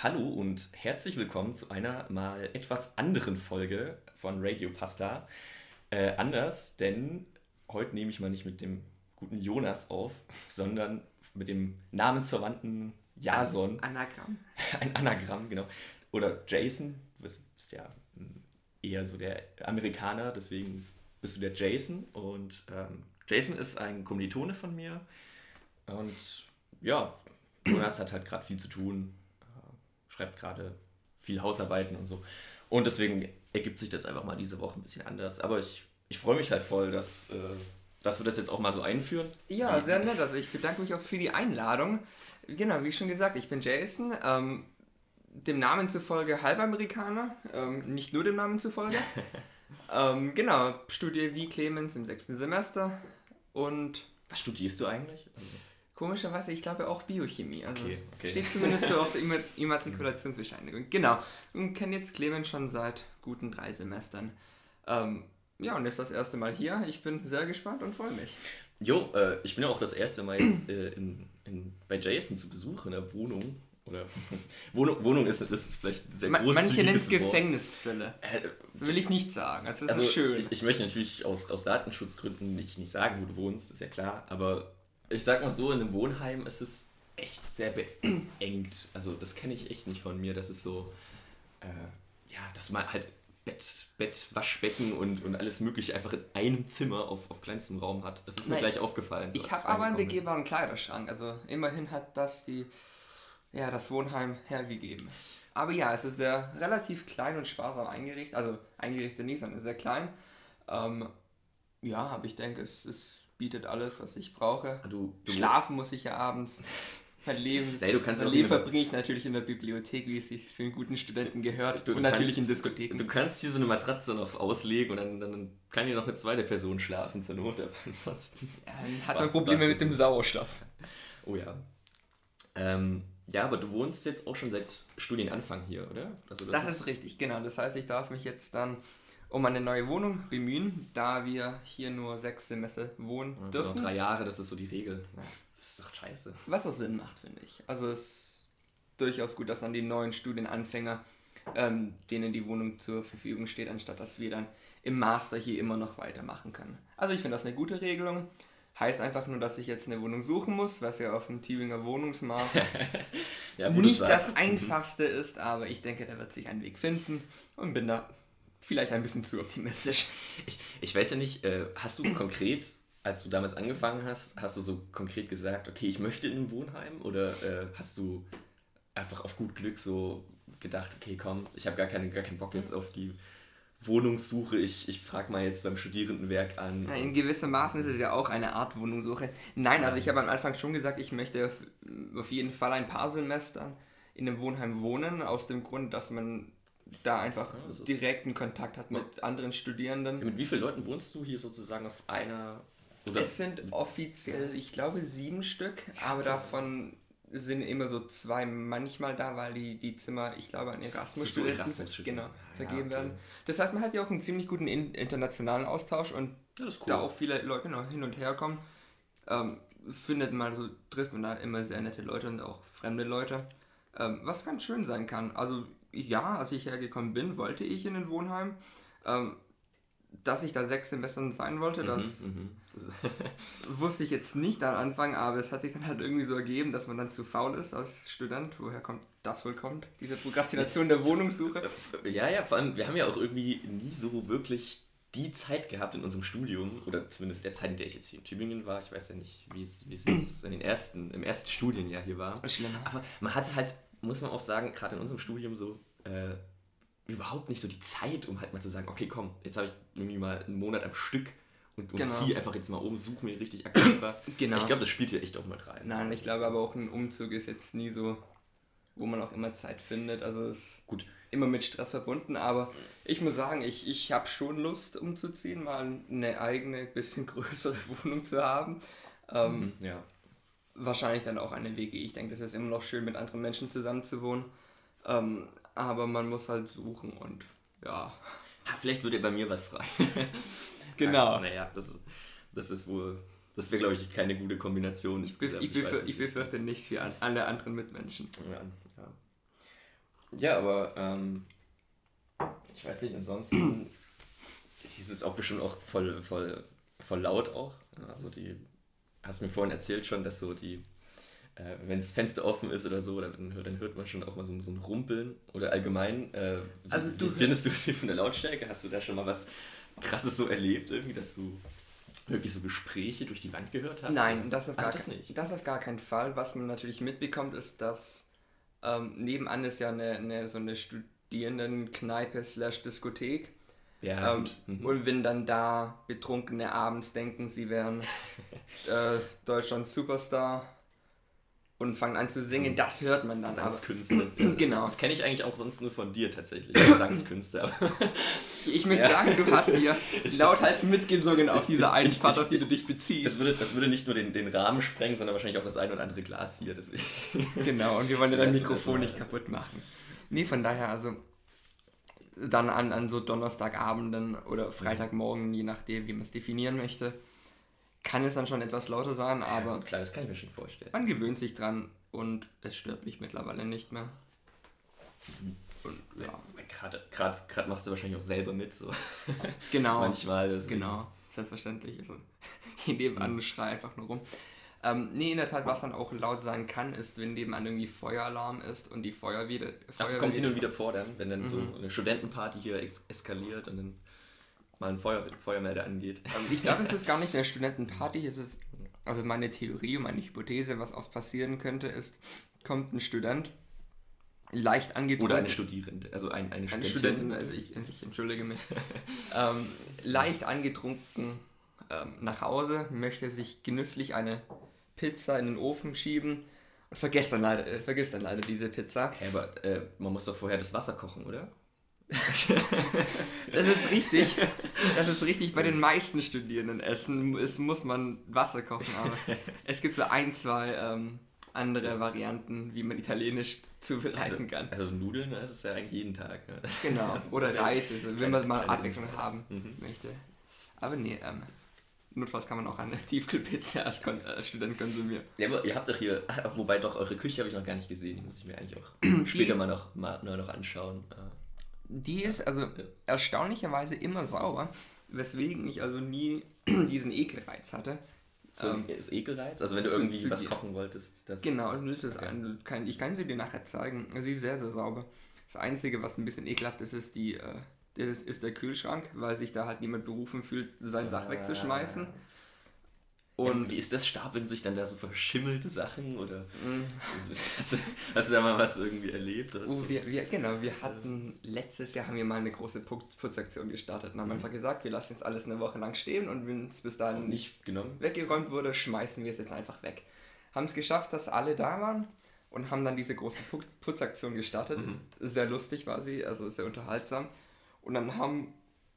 Hallo und herzlich willkommen zu einer mal etwas anderen Folge von Radio Pasta. Anders, denn heute nehme ich mal nicht mit dem guten Jonas auf, sondern mit dem namensverwandten Jason. Anagramm. Ein Anagramm, genau. Oder Jason, du bist ja eher so der Amerikaner, deswegen bist du der Jason. Und Jason ist ein Kommilitone von mir. Und ja, Jonas hat halt gerade viel zu tun, schreibt gerade viel Hausarbeiten und so. Und deswegen ergibt sich das einfach mal diese Woche ein bisschen anders. Aber ich freue mich halt voll, dass wir das jetzt auch mal so einführen. Ja, sehr nett. Also ich bedanke mich auch für die Einladung. Genau, wie schon gesagt, ich bin Jason. Dem Namen zufolge Halbamerikaner, nicht nur dem Namen zufolge. Genau, studiere wie Clemens im 6. Semester und Was studierst du eigentlich? komischerweise, ich glaube auch Biochemie. Also Okay. steht zumindest so auf der Immatrikulationsbescheinigung. Genau, und kenne jetzt Clemens schon seit guten 3 Semestern. Ja, und ist das erste Mal hier. Ich bin sehr gespannt und freue mich. Jo, ich bin ja auch das erste Mal jetzt bei Jason zu Besuch in der Wohnung. Oder Wohnung ist vielleicht ein sehr großzügiges Manche nennen es Wort. Gefängniszelle. Will ich nicht sagen. Also, das Also ist schön. ich möchte natürlich aus Datenschutzgründen nicht sagen, wo du wohnst, ist ja klar. Aber ich sag mal so, in einem Wohnheim ist es echt sehr beengt. Also das kenne ich echt nicht von mir. Das ist so, dass man halt Bett, Waschbecken und alles mögliche einfach in einem Zimmer auf kleinstem Raum hat. Das ist mir gleich aufgefallen. Ich habe aber einen begehbaren Kleiderschrank. Also immerhin hat das das Wohnheim hergegeben. Aber ja, es ist sehr relativ klein und sparsam eingerichtet. Also eingerichtet nicht, sondern sehr klein. Aber ich denke, es bietet alles, was ich brauche. Schlafen muss ich ja abends. Mein Leben verbringe ich natürlich in der Bibliothek, wie es sich für einen guten Studenten gehört. Und natürlich in Diskotheken. Du kannst hier so eine Matratze noch auslegen und dann kann hier noch eine zweite Person schlafen zur Not. Aber ansonsten dann hat man Probleme mit dem Sauerstoff. Oh ja. Ja, aber du wohnst jetzt auch schon seit Studienanfang hier, oder? Also das ist richtig, genau. Das heißt, ich darf mich jetzt dann um eine neue Wohnung bemühen, da wir hier nur 6 Semester wohnen dürfen. 3 Jahre, das ist so die Regel. Ja, das ist doch scheiße. Was auch Sinn macht, finde ich. Also es ist durchaus gut, dass dann die neuen Studienanfänger, denen die Wohnung zur Verfügung steht, anstatt dass wir dann im Master hier immer noch weitermachen können. Also ich finde das eine gute Regelung. Heißt einfach nur, dass ich jetzt eine Wohnung suchen muss, was ja auf dem Tübinger Wohnungsmarkt nicht das Einfachste ist, aber ich denke, da wird sich ein Weg finden und bin da vielleicht ein bisschen zu optimistisch. Ich weiß ja nicht, hast du konkret, als du damals angefangen hast du so konkret gesagt, okay, ich möchte in ein Wohnheim, oder hast du einfach auf gut Glück so gedacht, okay, komm, ich habe gar keinen Bock jetzt auf die Wohnungssuche, ich frage mal jetzt beim Studierendenwerk an. Ja, in gewissem Maßen ist es ja auch eine Art Wohnungssuche. Nein, also ich habe am Anfang schon gesagt, ich möchte auf jeden Fall ein paar Semester in einem Wohnheim wohnen, aus dem Grund, dass man da einfach direkten Kontakt hat mit anderen Studierenden. Ja, mit wie vielen Leuten wohnst du hier sozusagen auf einer? Oder? Es sind offiziell, ich glaube, 7 Stück, aber davon sind immer so 2 manchmal da, weil die Zimmer, ich glaube, an Erasmus-Studenten vergeben werden. Das heißt, man hat ja auch einen ziemlich guten internationalen Austausch und da auch viele Leute hin und her kommen, trifft man da immer sehr nette Leute und auch fremde Leute, was ganz schön sein kann. Also ja, als ich hergekommen bin, wollte ich in ein Wohnheim. Dass ich da 6 Semester sein wollte, das wusste ich jetzt nicht am Anfang, aber es hat sich dann halt irgendwie so ergeben, dass man dann zu faul ist als Student. Woher kommt das wohl kommt? Diese Prokrastination der Wohnungssuche? Ja, vor allem, wir haben ja auch irgendwie nie so wirklich die Zeit gehabt in unserem Studium, oder zumindest in der Zeit, in der ich jetzt hier in Tübingen war. Ich weiß ja nicht, wie es jetzt im ersten Studienjahr hier war. Schlimm. Aber man hatte halt, muss man auch sagen, gerade in unserem Studium so überhaupt nicht so die Zeit, um halt mal zu sagen, okay, komm, jetzt habe ich irgendwie mal einen Monat am Stück und ziehe einfach jetzt mal um, suche mir richtig aktiv was. Genau. Ich glaube, das spielt hier echt auch mit rein. Nein, ich glaube aber auch, ein Umzug ist jetzt nie so, wo man auch immer Zeit findet. Also es ist gut immer mit Stress verbunden, aber ich muss sagen, ich habe schon Lust umzuziehen, mal eine eigene, bisschen größere Wohnung zu haben. Wahrscheinlich dann auch eine WG. Ich denke, das ist immer noch schön, mit anderen Menschen zusammen zu wohnen. Aber man muss halt suchen und ja. Vielleicht wird ja bei mir was frei. Genau. Naja, das wäre, glaube ich, keine gute Kombination. Ich befürchte nicht für alle anderen Mitmenschen. Ja. Ja, aber ich weiß nicht, ansonsten hieß es auch bestimmt auch voll laut auch. Also hast mir vorhin erzählt schon, dass so wenn das Fenster offen ist oder so, dann hört man schon auch mal so ein Rumpeln. Oder allgemein, wie findest du es hier von der Lautstärke? Hast du da schon mal was Krasses so erlebt, irgendwie, dass du wirklich so Gespräche durch die Wand gehört hast? Nein, das auf gar keinen Fall. Was man natürlich mitbekommt, ist, dass nebenan ist ja so eine Studierendenkneipe / Diskothek. Ja, und wenn dann da Betrunkene abends denken, sie wären Deutschlands Superstar und fangen an zu singen, das hört man dann. Gesangskünste. Genau. Das kenne ich eigentlich auch sonst nur von dir tatsächlich, Gesangskünste. Ich möchte sagen, du hast hier lauthals mitgesungen auf dieser einen Fahrt, auf die du dich beziehst. Das würde nicht nur den Rahmen sprengen, sondern wahrscheinlich auch das ein oder andere Glas hier. Deswegen. Genau, und wir wollen ja dein Mikrofon nicht kaputt machen. Nee, von daher, also dann an so Donnerstagabenden oder Freitagmorgen, je nachdem, wie man es definieren möchte, kann es dann schon etwas lauter sein, aber klar, das kann ich mir schon vorstellen. Man gewöhnt sich dran und es stört mich mittlerweile nicht mehr. Und ja, gerade machst du wahrscheinlich auch selber mit, so. Genau. Manchmal. Deswegen. Genau, selbstverständlich. Also, ich nebenan und schreie einfach nur rum. Nee, in der Tat, was dann auch laut sein kann, ist, wenn nebenan irgendwie Feueralarm ist und die Feuerwehr... Das kommt hin und wieder vor dann, wenn dann so eine Studentenparty hier eskaliert und dann mal ein Feuermelder angeht. Ich glaube, es ist gar nicht eine Studentenparty, es ist, also meine Theorie und meine Hypothese, was oft passieren könnte, ist, kommt ein Student, leicht angetrunken... Oder eine Studierende, also eine Studentin. Also ich entschuldige mich. Leicht angetrunken nach Hause, möchte sich genüsslich eine Pizza in den Ofen schieben und vergisst dann leider diese Pizza. Hey, aber man muss doch vorher das Wasser kochen, oder? Das ist richtig. Das ist richtig. Bei den meisten Studierenden muss man Wasser kochen, aber es gibt so ein, zwei andere Varianten, wie man Italienisch zubereiten kann. Also Nudeln, das ist ja eigentlich jeden Tag. Ne? Genau. Oder Reis, wenn man mal Abwechslung haben möchte. Aber nee, notfalls kann man auch eine Tiefkühlpizza als Student konsumieren. Ja, aber ihr habt doch hier, wobei doch, eure Küche habe ich noch gar nicht gesehen, die muss ich mir eigentlich auch später mal noch anschauen. Die ist also erstaunlicherweise immer sauber, weswegen ich also nie diesen Ekelreiz hatte. So, ist Ekelreiz? Also wenn du irgendwie was kochen wolltest? Genau, also ich kann sie dir nachher zeigen. Sie ist sehr, sehr sauber. Das Einzige, was ein bisschen ekelhaft ist, ist der Kühlschrank, weil sich da halt niemand berufen fühlt, seine Sache wegzuschmeißen. Und wie ist das? Stapeln sich dann da so verschimmelte Sachen? Oder hast du da mal was irgendwie erlebt? Wir hatten letztes Jahr haben wir mal eine große Putzaktion gestartet und haben einfach gesagt, wir lassen jetzt alles eine Woche lang stehen und wenn es bis dahin nicht weggeräumt wurde, schmeißen wir es jetzt einfach weg. Haben es geschafft, dass alle da waren und haben dann diese große Putzaktion gestartet. Sehr lustig war sie, also sehr unterhaltsam. Und dann haben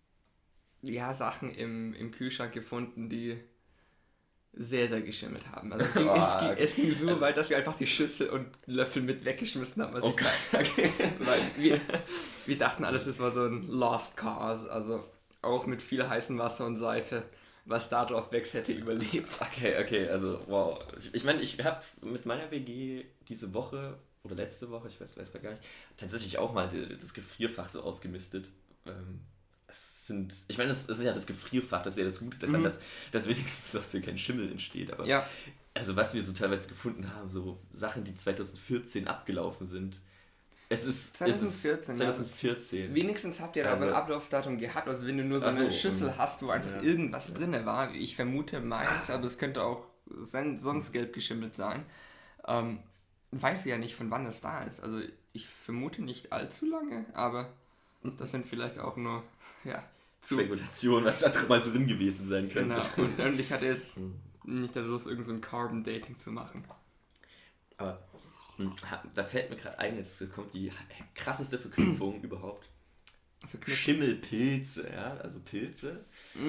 Sachen im Kühlschrank gefunden, die sehr, sehr geschimmelt haben. Also es ging so weit, dass wir einfach die Schüssel und Löffel mit weggeschmissen haben. Weil wir dachten alles, das war so ein Lost Cause, also auch mit viel heißem Wasser und Seife, was da drauf wächst, hätte überlebt. Okay, also wow. Ich meine, ich habe mit meiner WG diese Woche oder letzte Woche, ich weiß gerade gar nicht, tatsächlich auch mal das Gefrierfach so ausgemistet. Ich meine, das ist ja das Gefrierfach, das ist ja das Gute daran, dass wenigstens auch so kein Schimmel entsteht. Aber also was wir so teilweise gefunden haben, so Sachen, die 2014 abgelaufen sind. Es ist 2014. Wenigstens habt ihr da so ein Ablaufdatum gehabt, also wenn du nur so eine Schüssel hast, wo einfach irgendwas drin war. Ich vermute Mais, aber es könnte auch sonst gelb geschimmelt sein. Weiß ich ja nicht, von wann das da ist. Also ich vermute nicht allzu lange, aber das sind vielleicht auch nur Spekulation, was da mal drin gewesen sein könnte. Genau. Und ich hatte jetzt nicht der Lust, irgend so ein Carbon Dating zu machen. Aber da fällt mir gerade ein, jetzt kommt die krasseste Verknüpfung überhaupt. Schimmelpilze, ja, also Pilze.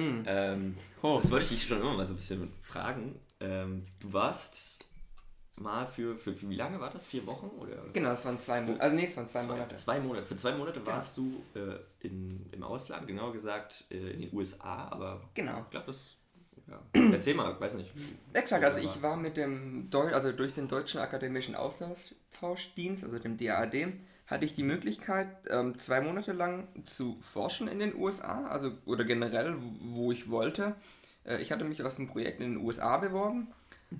Das wollte ich dich schon immer mal so ein bisschen fragen. Du warst mal für wie lange war das? 4 Wochen? Oder? Genau, es waren 2 Monate. Also nee, es waren 2 Monate. 2 Monate. Für 2 Monate warst du im Ausland, genauer gesagt in den USA, aber genau. Ich glaube, das... Ja. Erzähl mal, weiß nicht. Exakt, also ich war mit durch den Deutschen Akademischen Austauschdienst, also dem DAAD, hatte ich die Möglichkeit, 2 Monate lang zu forschen in den USA, also oder generell, wo ich wollte. Ich hatte mich auf ein Projekt in den USA beworben,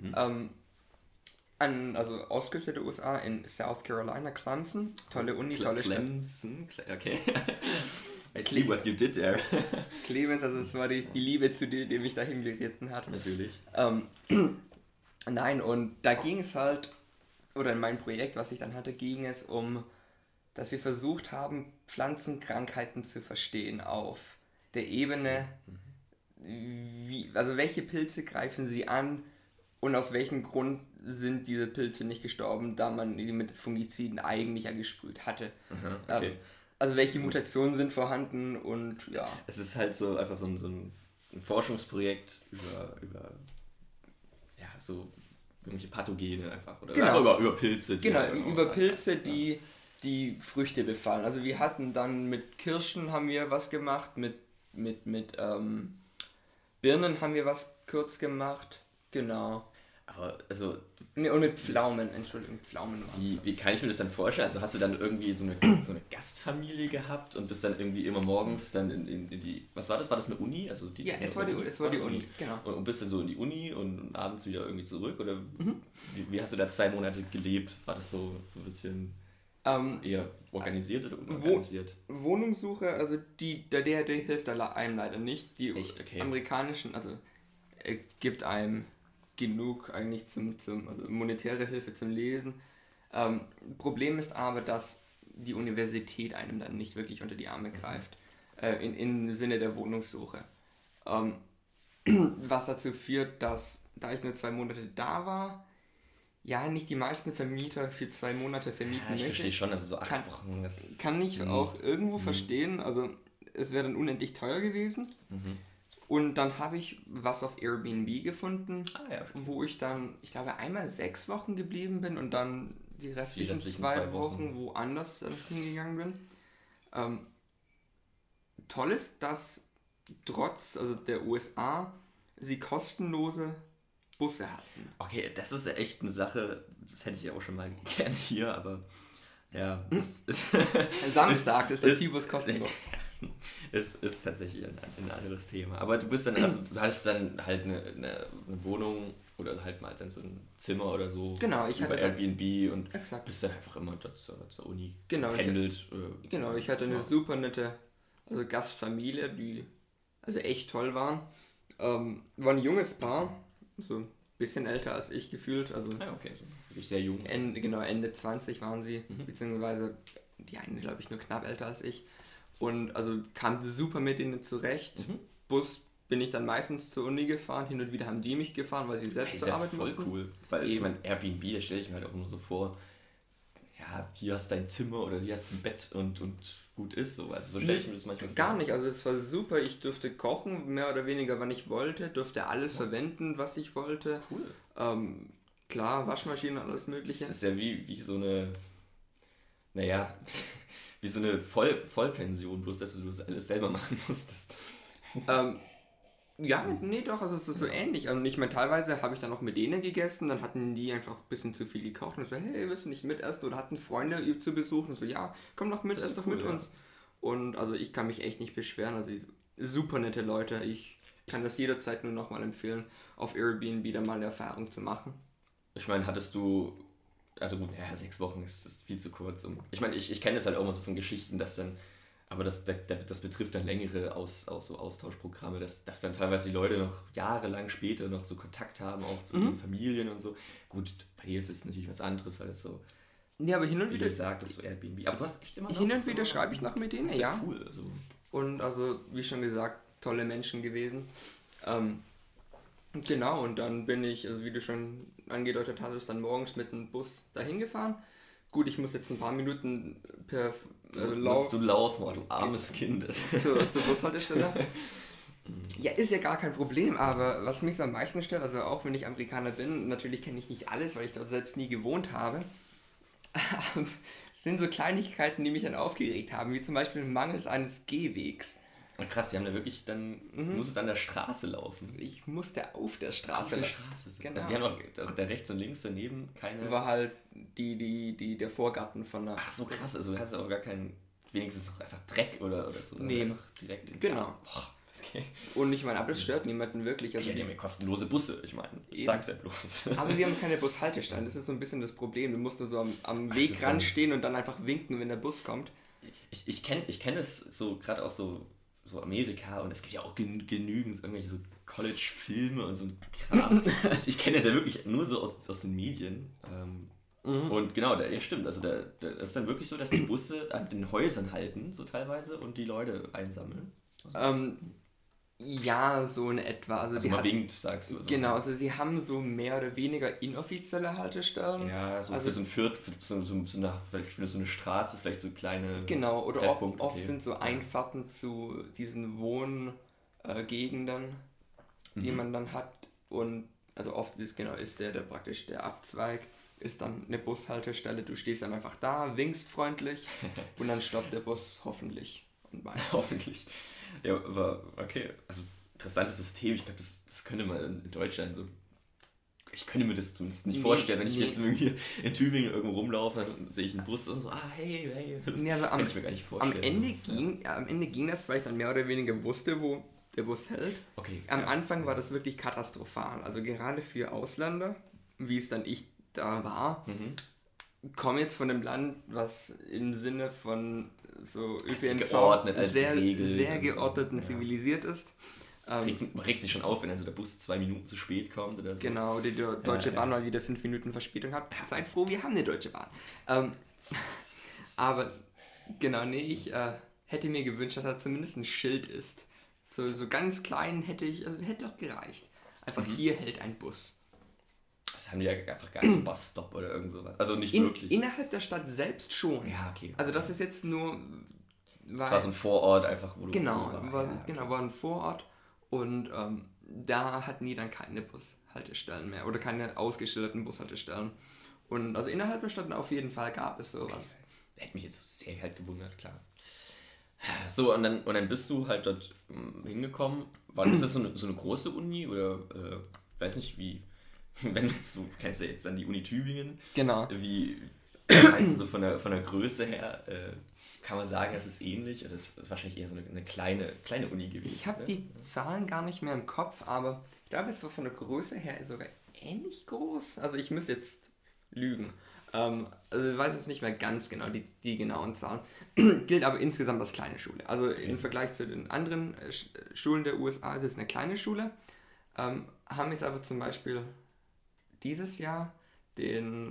also Ostküste der USA in South Carolina, Clemson, tolle Uni, tolle Stadt. Clemson, okay. I see what you did there. Clemens, also es war die Liebe zu dir, die mich dahin geritten hat. Natürlich. Nein, und da ging es halt, oder in meinem Projekt, was ich dann hatte, ging es um, dass wir versucht haben, Pflanzenkrankheiten zu verstehen auf der Ebene, also welche Pilze greifen sie an und aus welchem Grund sind diese Pilze nicht gestorben, da man die mit Fungiziden eigentlich ja gesprüht hatte. Okay. Also welche Mutationen sind vorhanden und ja. Es ist halt so einfach so ein Forschungsprojekt über ja, so irgendwelche Pathogene einfach. Oder genau. Einfach über Pilze. Genau, über Pilze, die Früchte befallen. Also wir hatten dann mit Kirschen haben wir was gemacht, mit Birnen haben wir was kurz gemacht. Genau. Aber also... Nee, und mit Pflaumen, Entschuldigung, mit Pflaumen. Wie kann ich mir das dann vorstellen? Also hast du dann irgendwie so eine Gastfamilie gehabt und das dann irgendwie immer morgens dann in die... Was war das? War das eine Uni? Also ja, es war die Uni, genau. Und bist dann so in die Uni und abends wieder irgendwie zurück? Oder wie hast du da 2 Monate gelebt? War das so ein bisschen eher organisiert oder unorganisiert? Wohnungssuche, also der DHD hilft einem leider nicht. Die Echt? Okay. Amerikanischen, also gibt einem genug eigentlich also monetäre Hilfe zum Lesen. Problem ist aber, dass die Universität einem dann nicht wirklich unter die Arme greift, im Sinne der Wohnungssuche. Was dazu führt, dass, da ich nur 2 Monate da war, ja, nicht die meisten Vermieter für 2 Monate vermieten möchten. Ich verstehe schon, also so 8 Wochen. Kann ich auch irgendwo verstehen, also es wäre dann unendlich teuer gewesen. Und dann habe ich was auf Airbnb gefunden, wo ich dann, ich glaube, einmal 6 Wochen geblieben bin und dann die restlichen 2 Wochen woanders hingegangen bin. Toll ist, dass trotz der USA sie kostenlose Busse hatten. Okay, das ist ja echt eine Sache, das hätte ich ja auch schon mal gerne hier, aber ja. Samstag ist der T-Bus kostenlos. Es ist tatsächlich ein anderes Thema. Aber du bist dann, also du hast dann halt eine Wohnung oder halt mal dann so ein Zimmer oder so. Genau, ich über hatte Airbnb und exakt. bist dann einfach immer dort zur Uni pendelt. Ich hatte eine super nette Gastfamilie, die also echt toll waren. War ein junges Paar, so ein bisschen älter als ich gefühlt. Also okay, so wirklich sehr jung. Ende 20 waren sie, beziehungsweise die eine, glaube ich, nur knapp älter als ich. Und also kam super mit ihnen zurecht. Bus bin ich dann meistens zur Uni gefahren. Hin und wieder haben die mich gefahren, weil sie selbst zur Arbeit mussten. Voll cool. Weil ich meine, Airbnb, da stelle ich mir halt auch nur so vor, ja, hier hast du dein Zimmer oder hier hast du ein Bett und gut ist so. Also so stelle ich mir das manchmal vor. Gar nicht, also es war super. Ich durfte kochen, mehr oder weniger, wann ich wollte. Durfte alles verwenden, was ich wollte. Cool. Klar, Waschmaschine und alles mögliche. Das ist ja wie so eine, naja... wie so eine Vollpension, bloß dass du das alles selber machen musstest. Ja, nee, doch, also so ähnlich. Und ich meine, teilweise habe ich dann auch mit denen gegessen, dann hatten die einfach ein bisschen zu viel gekocht und so, hey, willst du nicht mitessen? Oder hatten Freunde zu besuchen und so, ja, komm doch mit, ess doch mit uns. Und also ich kann mich echt nicht beschweren, also super nette Leute. Ich kann das jederzeit nur nochmal empfehlen, auf Airbnb da mal eine Erfahrung zu machen. Ich meine, hattest du... Also gut, 6 Wochen ist viel zu kurz. Ich meine, ich kenne das halt auch immer so von Geschichten, dass dann, aber das betrifft dann längere so Austauschprogramme, dass dann teilweise die Leute noch jahrelang später noch so Kontakt haben, auch zu ihren Familien und so. Gut, bei dir ist es natürlich was anderes, weil das so, ja, aber hin und wie wieder, du sagst, das so Airbnb. Aber du hast echt immer noch... Hin und wieder schreibe ich noch mit denen, ja. Cool. Also. Und also, wie schon gesagt, tolle Menschen gewesen. Genau, und dann bin ich, also wie du schon angedeutet hattest, dann morgens mit dem Bus dahin gefahren. Gut, ich muss jetzt ein paar Minuten musst du laufen, du armes Kind. zur Bushaltestelle. Ja, ist ja gar kein Problem, aber was mich so am meisten stört, also auch wenn ich Amerikaner bin, natürlich kenne ich nicht alles, weil ich dort selbst nie gewohnt habe, es sind so Kleinigkeiten, die mich dann aufgeregt haben, wie zum Beispiel mangels eines Gehwegs. Krass, die haben da wirklich dann, muss es an der Straße laufen. Ich musste auf der Straße. Auf der Straße sein. Genau. Also die haben auch da rechts und links daneben keine... War halt der Vorgarten von der... Ach so, krass, also du hast auch gar keinen, wenigstens noch einfach Dreck oder so. Nee. Einfach direkt in Genau. Boah, das geht. Und ich meine, aber das stört niemanden wirklich. Also Die haben ja kostenlose Busse, ich meine, ich sag's ja bloß. Aber sie haben keine Bushaltestellen, das ist so ein bisschen das Problem. Du musst nur so am Wegrand stehen und dann einfach winken, wenn der Bus kommt. Ich kenn es so, gerade auch so Amerika, und es gibt ja auch genügend irgendwelche so College-Filme und so ein Kram. Ich kenne das ja wirklich nur so aus den Medien. Und genau, ja stimmt, also das ist dann wirklich so, dass die Busse an den Häusern halten, so teilweise, und die Leute einsammeln. Ja, so in etwa. Also mal winkt, sagst du. So. Genau, also sie haben so mehr oder weniger inoffizielle Haltestellen. Ja, so also für so ein vielleicht für so eine Straße, vielleicht so kleine genau, oder Treffpunkte. Oft sind so Einfahrten zu diesen Wohngegenden, die man dann hat. Und also oft ist der praktisch der Abzweig, ist dann eine Bushaltestelle. Du stehst dann einfach da, winkst freundlich und dann stoppt der Bus hoffentlich. Und hoffentlich. Ja, aber okay, also interessantes System. Ich glaube, das könnte man in Deutschland so. Ich könnte mir das zumindest nicht vorstellen, wenn ich jetzt irgendwie in Tübingen irgendwo rumlaufe, dann sehe ich einen Bus und so, hey. Nee, also kann ich mir gar nicht vorstellen. Am Ende ging das, weil ich dann mehr oder weniger wusste, wo der Bus hält. Okay. Am Anfang war das wirklich katastrophal. Also gerade für Ausländer, wie es dann ich da war, komme jetzt von einem Land, was im Sinne von so ÖPNV sehr geordnet und zivilisiert ist. Man regt sich schon auf, wenn also der Bus 2 Minuten zu spät kommt oder so. Genau, die Deutsche Bahn mal wieder 5 Minuten Verspätung hat. Seid froh, wir haben eine Deutsche Bahn. Aber genau, nee, ich hätte mir gewünscht, dass da zumindest ein Schild ist. So ganz klein hätte doch gereicht. Einfach hier hält ein Bus. Das haben die ja einfach gar nicht so Busstop oder irgend sowas. Also nicht wirklich. Innerhalb der Stadt selbst schon. Ja, okay. Also das ist jetzt nur... Das war so ein Vorort einfach, wo du... Genau, war ein Vorort und da hatten die dann keine Bushaltestellen mehr oder keine ausgeschilderten Bushaltestellen. Und also innerhalb der Stadt auf jeden Fall gab es sowas. Okay. Hätte mich jetzt sehr halt gewundert, klar. So, und dann bist du halt dort hingekommen. Ist das so eine große Uni oder weiß nicht wie... Wenn du kennst ja jetzt dann die Uni Tübingen. Genau. Wie meinst du so von der Größe her, kann man sagen, das ist ähnlich? Oder das ist wahrscheinlich eher so eine kleine Uni gewesen. Ich habe die Zahlen gar nicht mehr im Kopf, aber ich glaube, es war von der Größe her sogar ähnlich groß. Also ich muss jetzt lügen. Also ich weiß jetzt nicht mehr ganz genau die genauen Zahlen. Gilt aber insgesamt als kleine Schule. Also im Vergleich zu den anderen Schulen der USA ist es eine kleine Schule. Haben jetzt aber zum Beispiel dieses Jahr den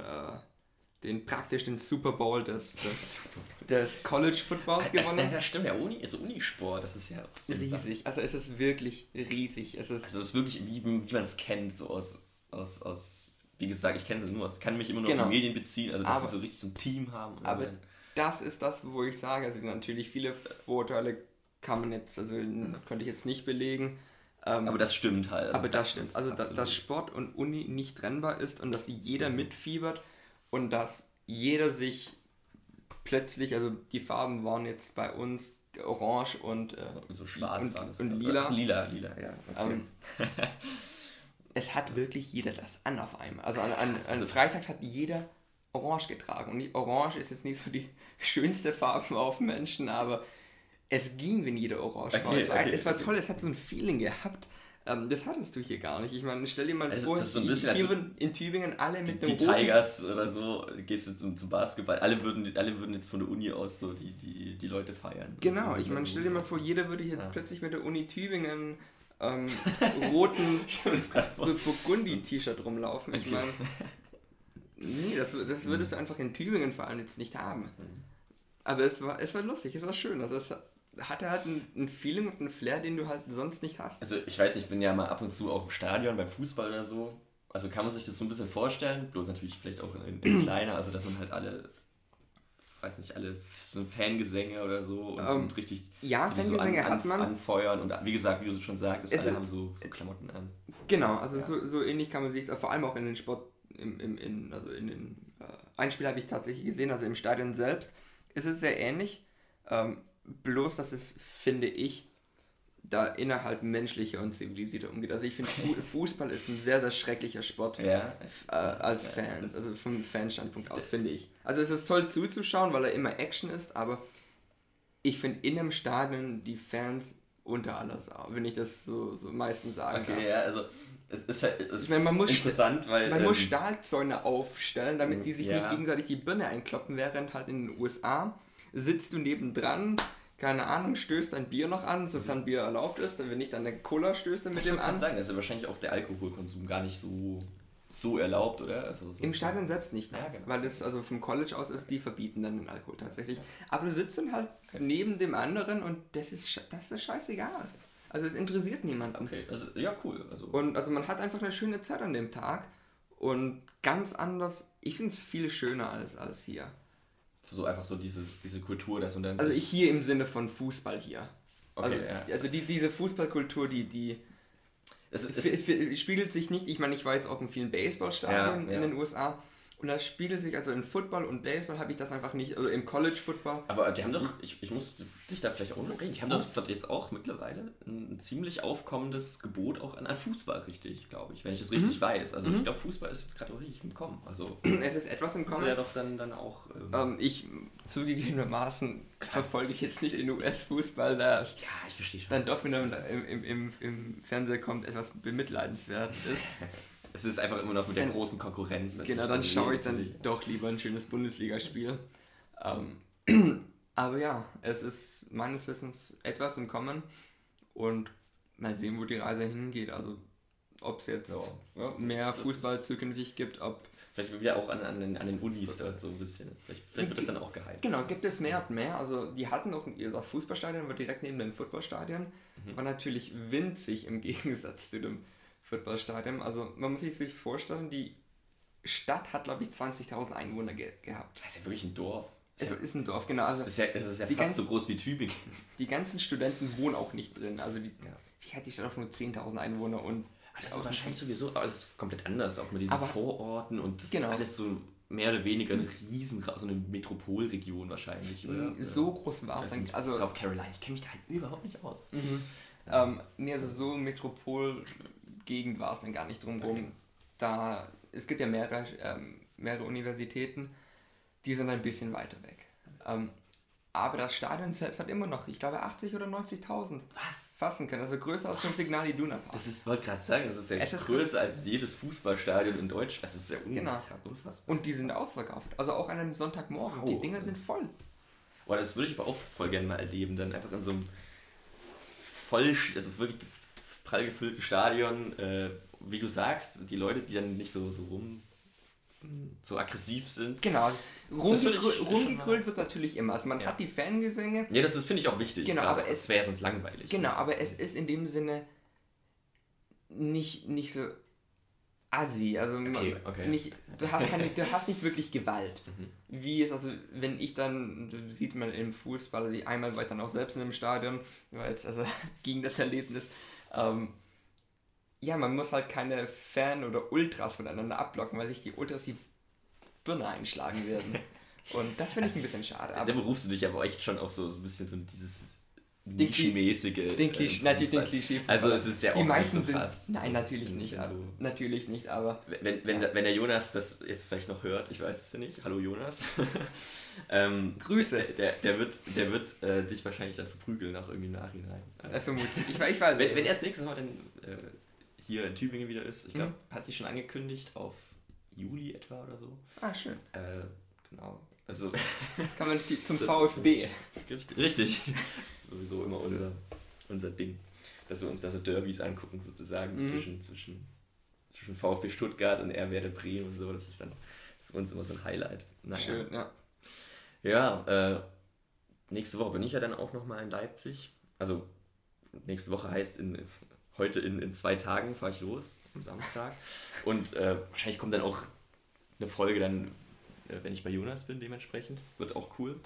Super Bowl des College Footballs gewonnen. Ja, stimmt, ja, Unisport, das ist ja riesig. Also es ist wirklich riesig. Es ist wirklich, wie man es kennt, so aus, wie gesagt, ich kenne es nur kann mich immer nur auf die Medien beziehen, also dass sie so richtig so ein Team haben. Aber das ist das, wo ich sage, also natürlich viele Vorteile könnte ich jetzt nicht belegen. Aber das stimmt halt. Also aber das stimmt. Also, dass Sport und Uni nicht trennbar ist und dass jeder mitfiebert und dass jeder sich plötzlich, also die Farben waren jetzt bei uns orange und so schwarz war das. Und lila. Lila, ja. Okay. Es hat wirklich jeder das an auf einmal. Also an Freitag hat jeder orange getragen. Und orange ist jetzt nicht so die schönste Farbe auf Menschen, aber es ging, wenn jeder orange war. Es war toll, es hat so ein Feeling gehabt. Das hattest du hier gar nicht. Ich meine, stell dir mal vor, das ist so ein bisschen, in Tübingen alle mit dem die Tigers oder so, gehst du zum Basketball, alle würden jetzt von der Uni aus so die Leute feiern. Genau, ich meine, stell dir mal vor, jeder würde hier plötzlich mit der Uni Tübingen roten so Burgundi-T-Shirt rumlaufen. Ich meine, nee, das würdest du einfach in Tübingen vor allem jetzt nicht haben. Aber es war lustig, es war schön. Also es hatte halt ein Feeling und einen Flair, den du halt sonst nicht hast. Also ich weiß nicht, ich bin ja mal ab und zu auch im Stadion beim Fußball oder so. Also kann man sich das so ein bisschen vorstellen, bloß natürlich vielleicht auch in kleiner, also dass man halt alle so Fangesänge oder so und richtig Fangesänge hat man anfeuern und wie gesagt, wie du schon sagst, alle haben so Klamotten an. Genau, also so ähnlich kann man sich, vor allem auch in den Sport, in den Einspiel habe ich tatsächlich gesehen, also im Stadion selbst ist es sehr ähnlich. Bloß, dass es, finde ich, da innerhalb menschlicher und zivilisierter umgeht. Also ich finde, Fußball ist ein sehr, sehr schrecklicher Sport als Fans, also vom Fanstandpunkt aus, finde ich. Also es ist toll zuzuschauen, weil er immer Action ist, aber ich finde in einem Stadion die Fans unter aller Sau, wenn ich das so meistens sagen darf. Okay, ja, also es ist halt ich meine, man muss interessant, weil... Man muss Stahlzäune aufstellen, damit die sich nicht gegenseitig die Birne einkloppen, während halt in den USA sitzt du nebendran, keine Ahnung, stößt ein Bier noch an, sofern Bier erlaubt ist, wenn nicht, dann eine Cola stößt er mit dem an. Ich kann sagen, da ist ja wahrscheinlich auch der Alkoholkonsum gar nicht so erlaubt, oder? Also so im Stadion selbst nicht, ne? Ja, genau. Weil es also vom College aus ist, die verbieten dann den Alkohol tatsächlich. Aber du sitzt dann halt neben dem anderen und das ist scheißegal. Also es interessiert niemanden. Okay, also ja, cool. Und also man hat einfach eine schöne Zeit an dem Tag und ganz anders, ich finde es viel schöner als hier. So einfach so diese Kultur, dass man dann... Also hier im Sinne von Fußball hier. Okay, also diese Fußballkultur, die spiegelt sich nicht, ich meine, ich war jetzt auch in vielen Baseballstadien in den USA und das spiegelt sich, also in Football und Baseball habe ich das einfach nicht, also im College Football. Aber die haben doch, ich muss dich da vielleicht auch noch reden, die haben doch dort jetzt auch mittlerweile ein ziemlich aufkommendes Gebot auch an Fußball, richtig, glaube ich, wenn ich das richtig weiß. Also ich glaube, Fußball ist jetzt gerade auch richtig im Kommen. Also es ist etwas im Kommen. Ist ja doch dann auch... ich zugegebenermaßen verfolge ich jetzt nicht den US-Fußball, da ich verstehe schon. Dann doch, wenn im Fernseher kommt, etwas bemitleidenswert ist. Es ist einfach immer noch mit der großen Konkurrenz. Genau, dann schaue ich dann doch lieber ein schönes Bundesligaspiel. Aber ja, es ist meines Wissens etwas im Kommen und mal sehen, wo die Reise hingeht. Also ob es jetzt mehr Fußball zukünftig gibt, ob... Vielleicht wieder auch an den Unis dort so ein bisschen. Vielleicht wird das dann auch gehypt. Genau, gibt es mehr und mehr. Also die hatten auch das Fußballstadion, war direkt neben dem Footballstadion. War natürlich winzig im Gegensatz zu dem Footballstadion. Also man muss sich vorstellen, die Stadt hat, glaube ich, 20.000 Einwohner gehabt. Das ist ja wirklich ein Dorf. Es ist ein Dorf, genau. Also es ist ja fast so groß wie Tübingen. Die ganzen Studenten wohnen auch nicht drin. Also wie hat die Stadt auch nur 10.000 Einwohner und... Das ist wahrscheinlich sowieso alles komplett anders, auch mit diesen Vororten und das ist alles so mehr oder weniger eine so eine Metropolregion wahrscheinlich, oder? So groß war es dann. Also South Carolina, ich kenne mich da halt überhaupt nicht aus. Also so Metropolgegend war es dann gar nicht drumherum. Okay. Es gibt ja mehrere Universitäten, die sind ein bisschen weiter weg. Aber das Stadion selbst hat immer noch, ich glaube, 80.000 oder 90.000 fassen können. Also größer als so ein Signal Iduna Park. Wollte gerade sagen, das ist ja größer als jedes Fußballstadion in Deutschland. Das ist ja unfassbar. Und die sind ausverkauft. Also auch an einem Sonntagmorgen. Die Dinger sind voll. Oh, das würde ich aber auch voll gerne mal erleben. Dann einfach in so einem wirklich prall gefüllten Stadion, wie du sagst, die Leute, die dann nicht so aggressiv sind. Genau. Rumgegrölt wird natürlich immer. Also man hat die Fangesänge. Ja, das finde ich auch wichtig. Genau, klar, aber es wäre sonst langweilig. Genau, aber es ist in dem Sinne nicht so assi. Also okay. Du hast nicht wirklich Gewalt. Wie es, also wenn ich dann, sieht man im Fußball, also einmal war ich dann auch selbst in einem Stadion, weil es also gegen das Erlebnis, man muss halt keine Fan- oder Ultras voneinander abblocken, weil sich die Ultras die Birne einschlagen werden. Und das finde ich ein bisschen schade. Da berufst du dich aber echt schon auf so ein bisschen so dieses nischenmäßige... Natürlich den Klischee. Also es ist ja auch die meisten so krass. Sind, nein, natürlich nicht. Natürlich nicht, aber... Wenn der Jonas das jetzt vielleicht noch hört, ich weiß es ja nicht, hallo Jonas. Grüße. Der wird dich wahrscheinlich dann verprügeln nach irgendwie Nachhinein. Vermutlich. Ich weiß. Wenn er das nächste Mal dann hier in Tübingen wieder ist, ich glaube, hat sich schon angekündigt auf Juli etwa oder so. Ah, schön. Genau. Also kann man zum VfB. Richtig. Das ist sowieso immer unser Ding. Dass wir uns da so Derbys angucken, sozusagen, zwischen VfB Stuttgart und Werder Bremen und so. Das ist dann für uns immer so ein Highlight. Naja. Schön, ja. Ja, nächste Woche bin ich ja dann auch nochmal in Leipzig. Also nächste Woche heißt heute in 2 Tagen fahre ich los, am Samstag. Und wahrscheinlich kommt dann auch eine Folge dann, wenn ich bei Jonas bin, dementsprechend. Wird auch cool.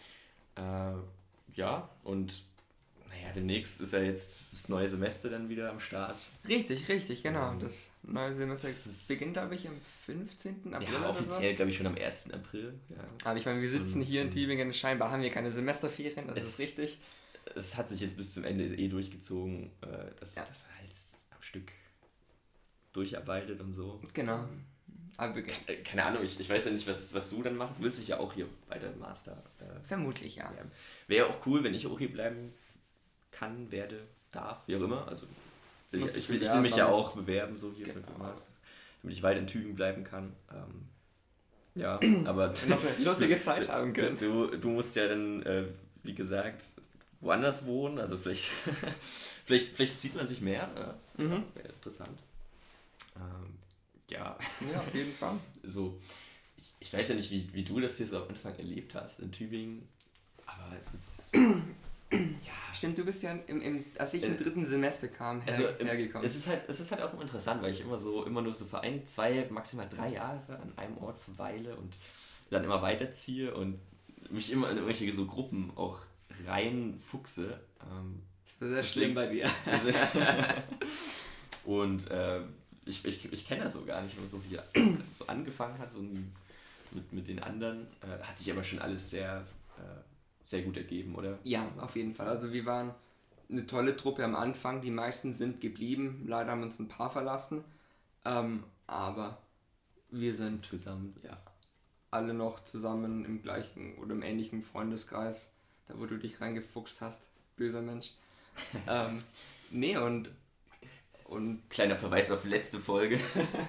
Und demnächst ist ja jetzt das neue Semester dann wieder am Start. Richtig, genau. Das neue Semester beginnt, glaube ich, am 15. April. Ja, offiziell, glaube ich, schon am 1. April. Ja. Aber ich meine, wir sitzen hier in Tübingen, scheinbar haben wir keine Semesterferien, das ist richtig. es hat sich jetzt bis zum Ende durchgezogen, dass das halt am Stück durcharbeitet und so. Genau. Aber Keine Ahnung, ich weiß ja nicht, was du dann machen willst. Ich ja auch hier bei der Master. Vermutlich, ja. Wäre auch cool, wenn ich auch hier bleiben kann, darf, wie auch immer. Also ich will mich ja auch bewerben, so hier für den Master, damit ich weiter in Tübingen bleiben kann. Ja, aber noch eine lustige Zeit haben können. Du musst ja dann, wie gesagt, woanders wohnen. Also vielleicht sieht man sich mehr. Wäre interessant. Ja, auf jeden Fall. So, ich weiß ja nicht, wie du das hier so am Anfang erlebt hast in Tübingen, aber es ist... Ja, stimmt, du bist ja als ich im 3. Semester kam, hergekommen. Es ist halt auch immer interessant, weil ich immer nur so für 1, 2, maximal 3 Jahre an einem Ort verweile und dann immer weiterziehe und mich immer in irgendwelche so Gruppen auch reinfuchse. Das ist sehr schlimm bei dir. Und ich kenne das so gar nicht, so wie so angefangen hat, so mit den anderen. Hat sich aber schon alles sehr, sehr gut ergeben, oder? Ja, auf jeden Fall. Also wir waren eine tolle Truppe am Anfang. Die meisten sind geblieben. Leider haben uns ein paar verlassen. Aber wir sind insgesamt alle noch zusammen im gleichen oder im ähnlichen Freundeskreis, da wo du dich reingefuchst hast, böser Mensch. Nee, und kleiner Verweis auf letzte Folge.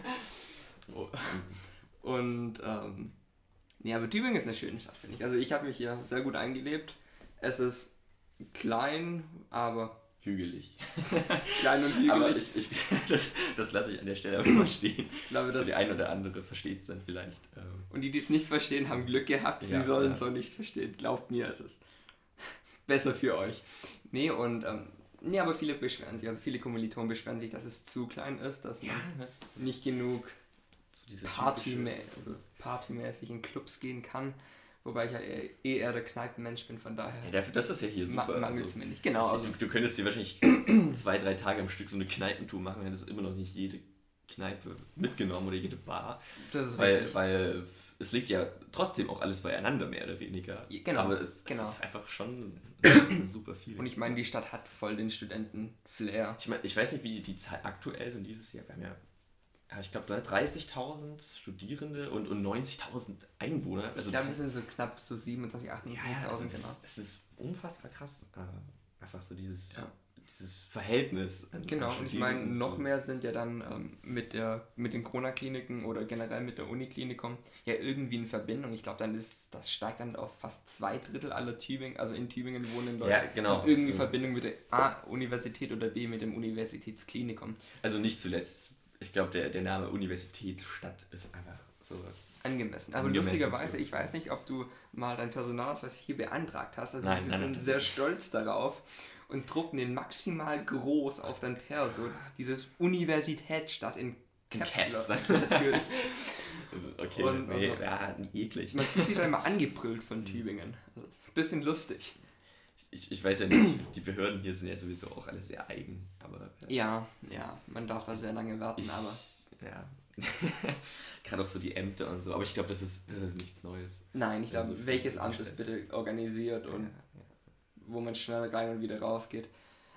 Und aber Tübingen ist eine schöne Stadt, finde ich. Also ich habe mich hier sehr gut eingelebt. Es ist klein, aber hügelig. Klein und hügelig. Aber das lasse ich an der Stelle aber mal stehen. Ich glaube, der eine oder andere versteht es dann vielleicht. Und die es nicht verstehen, haben Glück gehabt. Sie sollen es auch nicht verstehen. Glaubt mir, es ist besser für euch. Nee, und aber viele beschweren sich, also viele Kommilitonen beschweren sich, dass es zu klein ist, dass man nicht genug partymäßig in Clubs gehen kann. Wobei ich ja eher der Kneipenmensch bin, von daher. Ja, das ist ja hier super. Mangelt es mir nicht. Genau. Also du könntest dir wahrscheinlich 2, 3 Tage am Stück so eine Kneipentour machen, wenn das immer noch nicht jede Kneipe mitgenommen oder jede Bar. Das ist richtig. Weil es liegt ja trotzdem auch alles beieinander, mehr oder weniger. Genau. Aber es ist einfach schon super viel. Und ich meine, die Stadt hat voll den Studenten-Flair. Ich weiß nicht, wie die Zahl aktuell sind dieses Jahr. Wir haben ich glaube 30.000 Studierende und 90.000 Einwohner. Also ich glaube, es sind so knapp so 27.000, 28.000, genau. Das ist unfassbar krass. Einfach so dieses Verhältnis. Genau, und ich meine, noch mehr sind ja dann mit den Corona-Kliniken oder generell mit der Uniklinikum ja irgendwie in Verbindung. Ich glaube, das steigt dann auf fast 2/3 aller in Tübingen wohnenden Leute. Ja, genau. Haben irgendwie Verbindung mit der A-Universität oder B mit dem Universitätsklinikum. Also nicht zuletzt, ich glaube, der Name Universitätsstadt ist einfach so angemessen. Aber lustigerweise, ich weiß nicht, ob du mal deinen Personalausweis hier beantragt hast. Also sie sind sehr stolz darauf und drucken den maximal groß auf dein Perso. Dieses Universitätsstadt in Caps natürlich. Okay, und eklig. Man fühlt sich dann immer angebrüllt von Tübingen. Also, bisschen lustig. Ich weiß ja nicht, die Behörden hier sind ja sowieso auch alle sehr eigen. Aber, ja, man darf da sehr lange warten, aber... Ja, gerade auch so die Ämter und so, aber ich glaube, das ist nichts Neues. Nein, ich glaube, welches Amt ist bitte organisiert und wo man schnell rein und wieder rausgeht.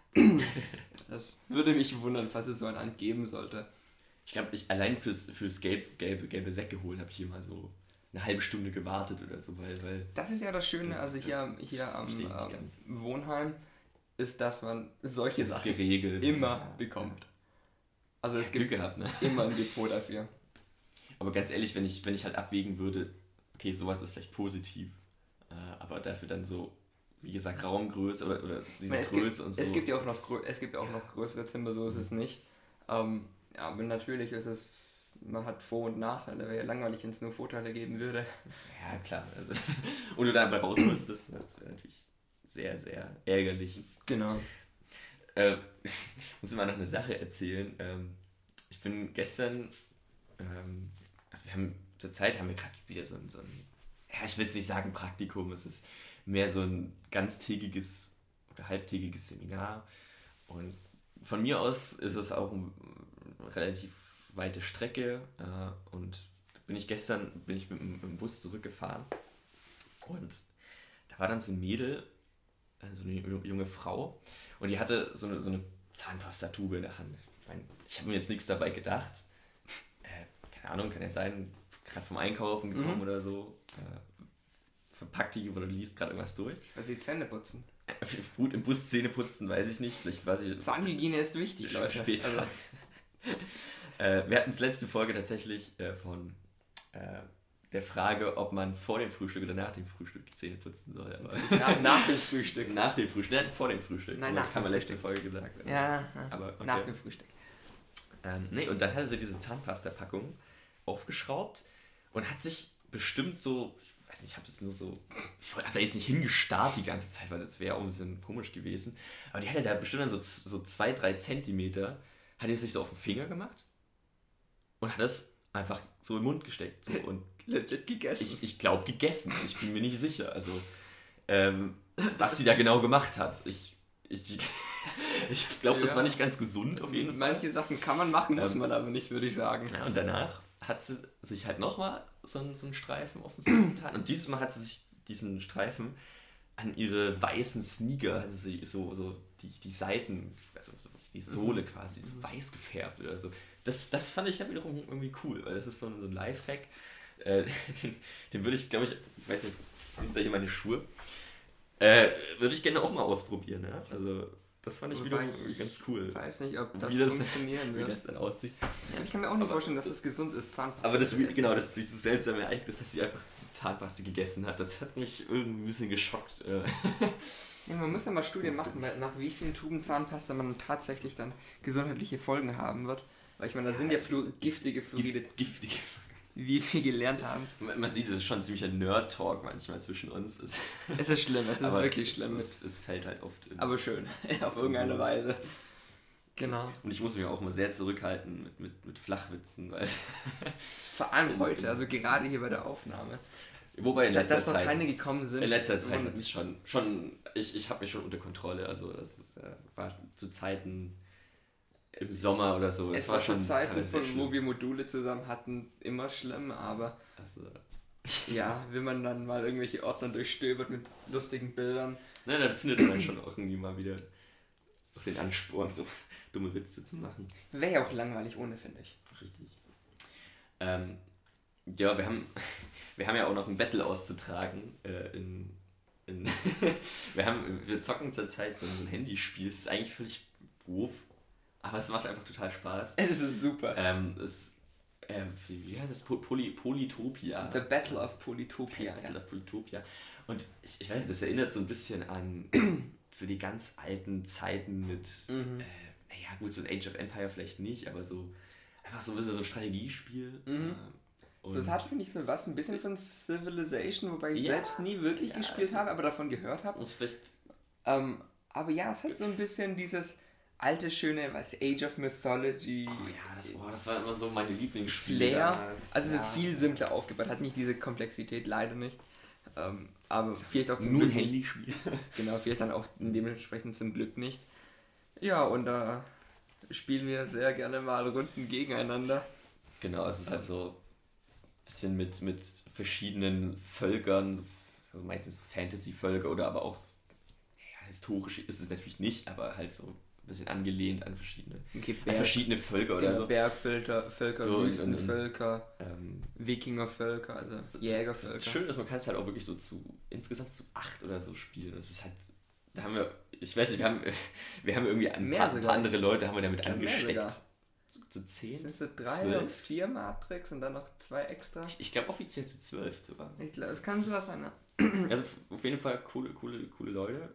Das würde mich wundern, falls es so ein Amt geben sollte. Ich glaube, allein fürs gelbe Säcke holen habe ich hier mal so eine halbe Stunde gewartet oder so, weil das ist ja das Schöne, also hier am Wohnheim ist, dass man solche Sachen geregelt immer bekommt. Also es gibt Glück gehabt, ne? Immer ein Depot dafür. Aber ganz ehrlich, wenn ich halt abwägen würde, okay, sowas ist vielleicht positiv, aber dafür dann so, wie gesagt, Raumgröße oder diese Größe und so. Es gibt ja auch noch größere Zimmer, so ist es nicht. Aber natürlich ist es, man hat Vor- und Nachteile, wäre ja langweilig, wenn es nur Vorteile geben würde. Ja, klar. Also, und du dabei raus müsstest, das wäre natürlich sehr, sehr ärgerlich. Genau. Ich muss mal noch eine Sache erzählen. Ich bin gestern, also zurzeit haben wir gerade wieder so ein, ich will jetzt nicht sagen Praktikum, es ist mehr so ein ganztägiges oder halbtägiges Seminar. Und von mir aus ist es auch eine relativ weite Strecke und gestern bin ich mit dem Bus zurückgefahren und da war dann so ein Mädel, so eine junge Frau. Und die hatte so eine Zahnpastatube in der Hand. Ich habe mir jetzt nichts dabei gedacht. Keine Ahnung, kann ja sein, gerade vom Einkaufen gekommen oder so. Verpackt die oder liest gerade irgendwas durch. Also die Zähne putzen. Gut, im Bus Zähne putzen, weiß ich nicht. Vielleicht weiß ich. Zahnhygiene ist wichtig, Leute. Später. Also. Wir hatten das letzte Folge tatsächlich von der Frage, ob man vor dem Frühstück oder nach dem Frühstück die Zähne putzen soll. Aber nach dem Frühstück. Nach dem Frühstück, nein, vor dem Frühstück. Nein, nach dem haben wir Frühstück. letzte Folge gesagt. Ja, aber okay. Nach dem Frühstück. Nee, und dann hatte sie diese Zahnpasta-Packung aufgeschraubt und hat sich bestimmt so, ich weiß nicht, ich habe das nur so, ich habe da jetzt nicht hingestarrt die ganze Zeit, weil das wäre auch ein bisschen komisch gewesen, aber die hatte da bestimmt dann so 2-3 Zentimeter, hat die sich so auf den Finger gemacht und hat das einfach so im Mund gesteckt. So, und legit gegessen. Ich glaube gegessen, ich bin mir nicht sicher, also was sie da genau gemacht hat. Ich glaube, das war nicht ganz gesund auf jeden Fall. Manche Sachen kann man machen, muss man aber nicht, würde ich sagen. Ja, und danach hat sie sich halt nochmal so einen Streifen auf den Finger getan. Und dieses Mal hat sie sich diesen Streifen an ihre weißen Sneaker, also sie so die Seiten, also so die Sohle quasi, so weiß gefärbt oder so. Das fand ich ja wiederum irgendwie cool, weil das ist so ein Lifehack. Den würde ich, glaube ich weiß nicht, siehst du hier meine Schuhe? Würde ich gerne auch mal ausprobieren, ja? Also das fand ich wiederum ganz cool. Ich weiß nicht, ob das funktionieren wird. Wie das dann aussieht. Ja, ich kann mir auch nicht vorstellen, dass es gesund ist, Zahnpasta. Aber dieses seltsame Ereignis, dass sie einfach die Zahnpasta gegessen hat, das hat mich irgendwie ein bisschen geschockt. Ja, man muss ja mal Studien machen, nach wie vielen Tuben Zahnpasta man tatsächlich dann gesundheitliche Folgen haben wird. Weil ich meine, da sind ja giftige Fluoride. Giftige. Wie wir gelernt haben. Man sieht, es ist schon ziemlich ein Nerd-Talk manchmal zwischen uns. Es ist schlimm, es ist wirklich schlimm. Es fällt halt oft in. Aber schön, auf irgendeine Weise. Genau. Und ich muss mich auch immer sehr zurückhalten mit Flachwitzen, weil... Vor allem heute, also gerade hier bei der Aufnahme. Wobei in letzter Zeit... Dass noch keine gekommen sind. In letzter Zeit hat es schon... Ich habe mich schon unter Kontrolle, also das war zu Zeiten... Im Sommer oder so. Es war schon Zeiten, wo wir Module zusammen hatten, immer schlimm, aber ja, wenn man dann mal irgendwelche Ordner durchstöbert mit lustigen Bildern. Na, dann findet man schon auch irgendwie mal wieder den Ansporn, so dumme Witze zu machen. Wäre ja auch langweilig ohne, finde ich. Richtig. Ja, wir haben ja auch noch ein Battle auszutragen. Wir zocken zurzeit so ein Handyspiel. Es ist eigentlich völlig doof. Aber es macht einfach total Spaß. Es ist super. Wie heißt es? Polytopia. The Battle of Polytopia. Battle of Polytopia. Und ich weiß nicht, das erinnert so ein bisschen an so die ganz alten Zeiten mit, naja gut, so ein Age of Empire vielleicht nicht, aber so einfach so ein bisschen so ein Strategiespiel. So, das hat, finde ich, so was ein bisschen von Civilization, wobei ich selbst nie wirklich gespielt habe, aber davon gehört habe. Aber ja, es hat so ein bisschen dieses alte, schöne, Age of Mythology. Oh ja, das war immer so meine Lieblingsspiele. Flair. Also viel simpler aufgebaut, hat nicht diese Komplexität, leider nicht. Aber vielleicht auch zum Nur Glück ein Handyspiel. Genau, vielleicht dann auch dementsprechend zum Glück nicht. Ja, und da spielen wir sehr gerne mal Runden gegeneinander. Genau, es ist halt so ein bisschen mit verschiedenen Völkern, also meistens Fantasy-Völker oder aber auch, ja, historisch ist es natürlich nicht, aber halt so ein bisschen angelehnt an verschiedene Völker oder so. Bergvölker, so Wüstenvölker, Wikingervölker, also Jägervölker. Das Schöne ist, man kann es halt auch wirklich so insgesamt zu 8 oder so spielen. Das ist halt, da haben wir, ich weiß nicht, wir haben irgendwie ein paar andere Leute haben wir damit angesteckt. Zu 10? Sind es 3 oder 4 Matrix und dann noch 2 extra? Ich glaube offiziell zu 12 sogar. Ich glaube, es kann sowas sein, ne? Also auf jeden Fall coole Leute.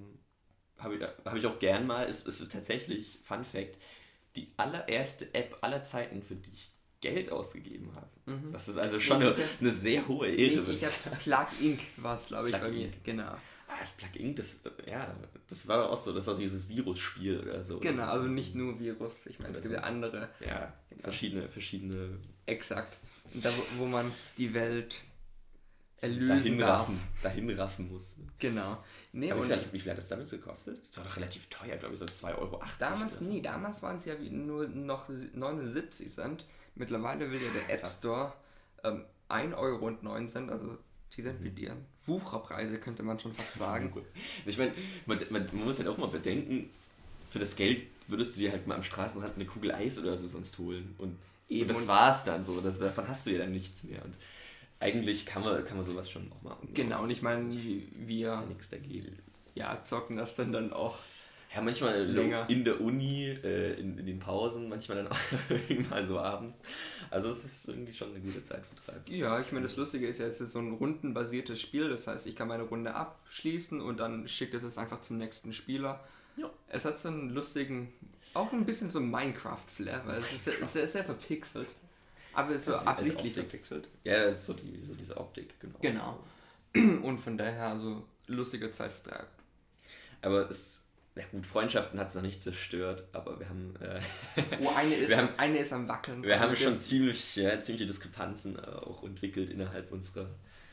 Habe ich auch gern mal. Es ist tatsächlich, Fun Fact, die allererste App aller Zeiten, für die ich Geld ausgegeben habe. Das ist also schon eine sehr hohe Ehre. Ich habe Plug Inc. war es, glaube ich, bei mir. Genau. Das Plug Inc., das war doch auch so, das ist auch dieses Virus-Spiel oder so. Genau, also nicht nur Virus, ich meine, es gibt ja andere. Ja, genau. verschiedene. Exakt. Da, wo man die Welt erlösen darf. Dahin raffen muss. Genau. Nee, wie viel hat das damals gekostet? Das war doch relativ teuer, glaube ich, so 2,80 Euro. Damals nie, damals waren es ja nur noch 79 Cent. Mittlerweile will ja der App Store 1,09 Euro, also Die sind wie dir. Wucherpreise könnte man schon fast sagen. Ich meine, man muss halt auch mal bedenken, für das Geld würdest du dir halt mal am Straßenrand eine Kugel Eis oder so sonst holen. Und das war's dann so. Davon hast du ja dann nichts mehr. Und eigentlich kann man sowas schon auch machen. Genau, und ich meine, wir nichts dagegen. Ja, zocken das dann auch. Ja, manchmal länger. In der Uni, in den Pausen, manchmal dann auch irgendwann so abends. Also es ist irgendwie schon eine gute Zeitvertreib. Ja, ich meine, das Lustige ist ja, es ist so ein rundenbasiertes Spiel. Das heißt, ich kann meine Runde abschließen und dann schickt es einfach zum nächsten Spieler. Ja. Es hat so einen lustigen, auch ein bisschen so Minecraft-Flair, weil es ist sehr, sehr verpixelt. Aber es ist so absichtlich verpixelt. Ja, das ist so diese Optik, genau. Und von daher also lustiger Zeitvertreib. Aber ja gut, Freundschaften hat es noch nicht zerstört, aber wir haben... eine ist am Wackeln. Wir haben schon ziemliche Diskrepanzen auch entwickelt innerhalb unserer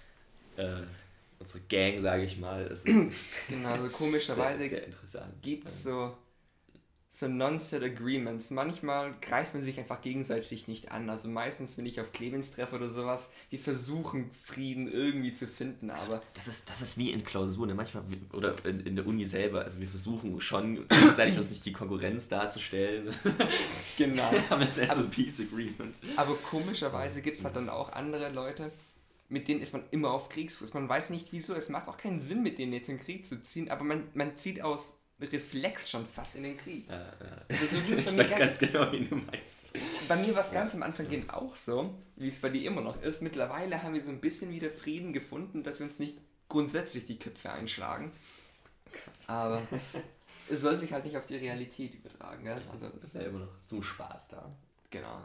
Gang, sage ich mal. Das ist genau, so komischerweise sehr interessant. Gibt es so Non-Set Agreements. Manchmal greift man sich einfach gegenseitig nicht an. Also meistens, wenn ich auf Clemens treffe oder sowas, wir versuchen Frieden irgendwie zu finden, aber... Das ist wie in Klausuren, ne? Manchmal, oder in der Uni selber, also wir versuchen schon gegenseitig uns nicht die Konkurrenz darzustellen. Genau. Wir haben jetzt erst so Peace Agreements. Aber komischerweise gibt es halt dann auch andere Leute, mit denen ist man immer auf Kriegsfuß. Man weiß nicht wieso, es macht auch keinen Sinn, mit denen jetzt in den Krieg zu ziehen, aber man zieht aus Reflex schon fast in den Krieg. Also so ich weiß ganz genau, wie du meinst. Bei mir war es ganz am Anfang auch so, wie es bei dir immer noch ist. Mittlerweile haben wir so ein bisschen wieder Frieden gefunden, dass wir uns nicht grundsätzlich die Köpfe einschlagen. Aber es soll sich halt nicht auf die Realität übertragen. Ja? Also das ist ja immer noch zum Spaß da. Genau.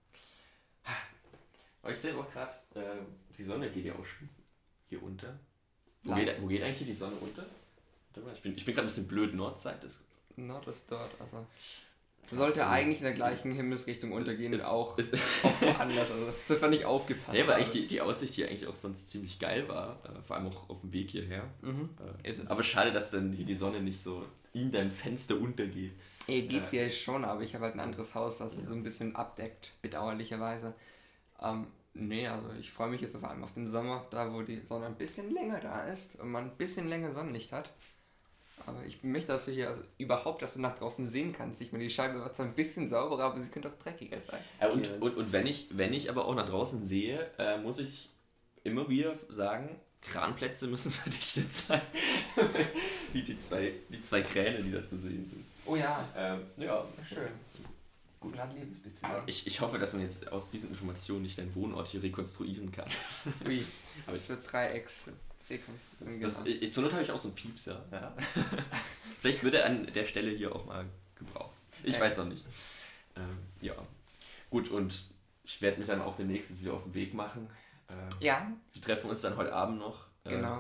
Aber ich sehe auch gerade, die Sonne geht ja auch schon hier unter. Wo geht eigentlich hier die Sonne unter? Ich bin gerade ein bisschen blöd, Nordzeit ist. Nord ist dort, also sollte eigentlich in der gleichen Himmelsrichtung untergehen, auch woanders, also das war nicht aufgepasst. Ja, weil eigentlich die Aussicht hier eigentlich auch sonst ziemlich geil war, vor allem auch auf dem Weg hierher. Aber schade, dass dann hier die Sonne nicht so in deinem Fenster untergeht. Geht's hier schon, aber ich habe halt ein anderes Haus, das es so ein bisschen abdeckt, bedauerlicherweise. Nee, also ich freue mich jetzt vor allem auf den Sommer, da wo die Sonne ein bisschen länger da ist und man ein bisschen länger Sonnenlicht hat. Aber ich möchte, dass du hier dass du nach draußen sehen kannst. Ich meine, die Scheibe wird zwar ein bisschen sauberer, aber sie könnte auch dreckiger sein. Ja, und wenn ich aber auch nach draußen sehe, muss ich immer wieder sagen, Kranplätze müssen verdichtet sein. die zwei Kräne, die da zu sehen sind. Oh ja. Ja. Schön. Gut. Ich hoffe, dass man jetzt aus diesen Informationen nicht deinen Wohnort hier rekonstruieren kann. Wie? Aber ich würde Dreiecks rekonstruieren. Zur Not habe ich auch so einen Pieps, ja. Vielleicht würde er an der Stelle hier auch mal gebraucht. Ich weiß noch nicht. Ja. Gut, und ich werde mich dann auch demnächst wieder auf den Weg machen. Ja. Wir treffen uns dann heute Abend noch. Genau.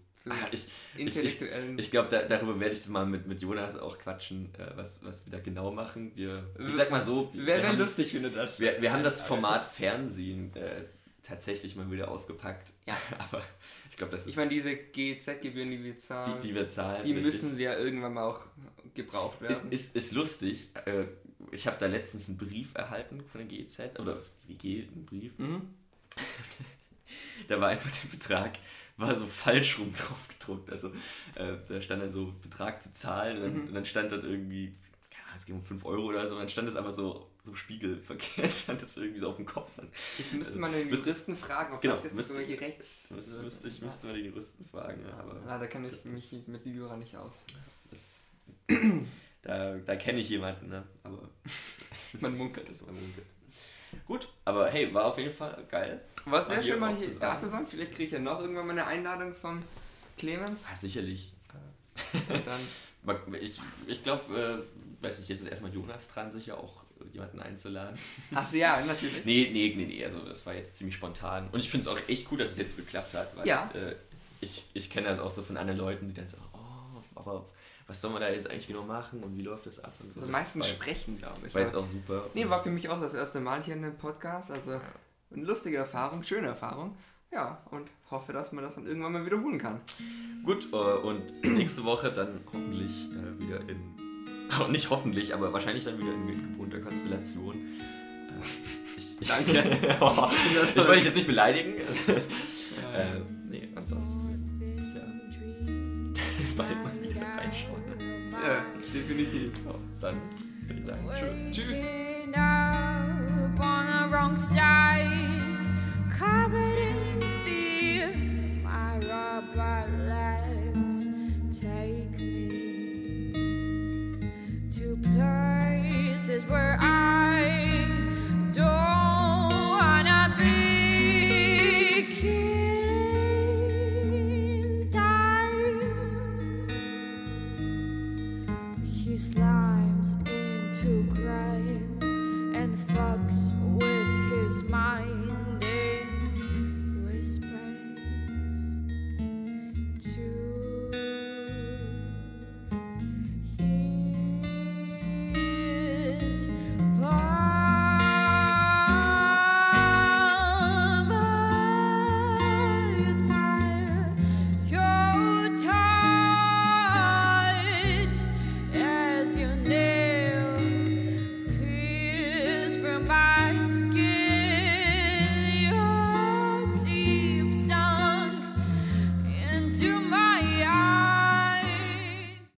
Ich glaube, darüber werde ich mal mit Jonas auch quatschen, was wir da genau machen. Ich sag mal so... Wäre lustig, finde das. Wir haben das Format Fernsehen tatsächlich mal wieder ausgepackt. Ja. Aber ich glaube, das ist... Ich meine, diese GEZ-Gebühren, die wir zahlen... Die wir zahlen, die müssen ja irgendwann mal auch gebraucht werden. Ist lustig. Ich habe da letztens einen Brief erhalten von der GEZ, oder die WG, einen Brief. Da war einfach der Betrag... war so falsch rum drauf gedruckt. Also da stand dann so Betrag zu zahlen und dann stand dann irgendwie, keine Ahnung, es ging um 5 Euro oder so, und dann stand es aber so spiegelverkehrt, stand das irgendwie so auf dem Kopf. Dann. Jetzt müsste man den Juristen fragen, ob das jetzt irgendwelche Rechts... Müsste man den Juristen fragen. Ja, aber leider kenne ich mich mit Jura nicht aus. Da kenne ich jemanden, ne? Aber man munkelt. Gut, aber hey, war auf jeden Fall geil. War sehr schön, mal hier da zu sein. Vielleicht kriege ich ja noch irgendwann mal eine Einladung vom Clemens. Sicherlich. Dann. Ich glaube, weiß nicht, jetzt ist erstmal Jonas dran, sicher auch jemanden einzuladen. Ach so, ja, natürlich. Nee, also das war jetzt ziemlich spontan. Und ich finde es auch echt cool, dass es jetzt geklappt hat, weil ich kenne das auch so von anderen Leuten, die dann sagen, aber was soll man da jetzt eigentlich genau machen und wie läuft das ab und so. Also meistens sprechen, glaube ich. War jetzt auch super. Nee, war für mich auch das erste Mal hier in einem Podcast, also eine lustige Erfahrung, schöne Erfahrung. Ja, und hoffe, dass man das dann irgendwann mal wiederholen kann. Gut, und nächste Woche dann hoffentlich wieder nicht hoffentlich, aber wahrscheinlich dann wieder in gewohnter Konstellation. Danke. Ich wollte dich jetzt nicht beleidigen. Nee, ansonsten ist ja bald mal wieder reinschauen. Ne? Ja, definitiv. So, dann würde ich sagen, tschüss. Up on the wrong side, covered in fear. My rubber legs take me to places where I don't wanna be. Killing time. He slimes into grime and fucks with his mind in whispers to his palm. I admire your touch as your nail pierce from my skin.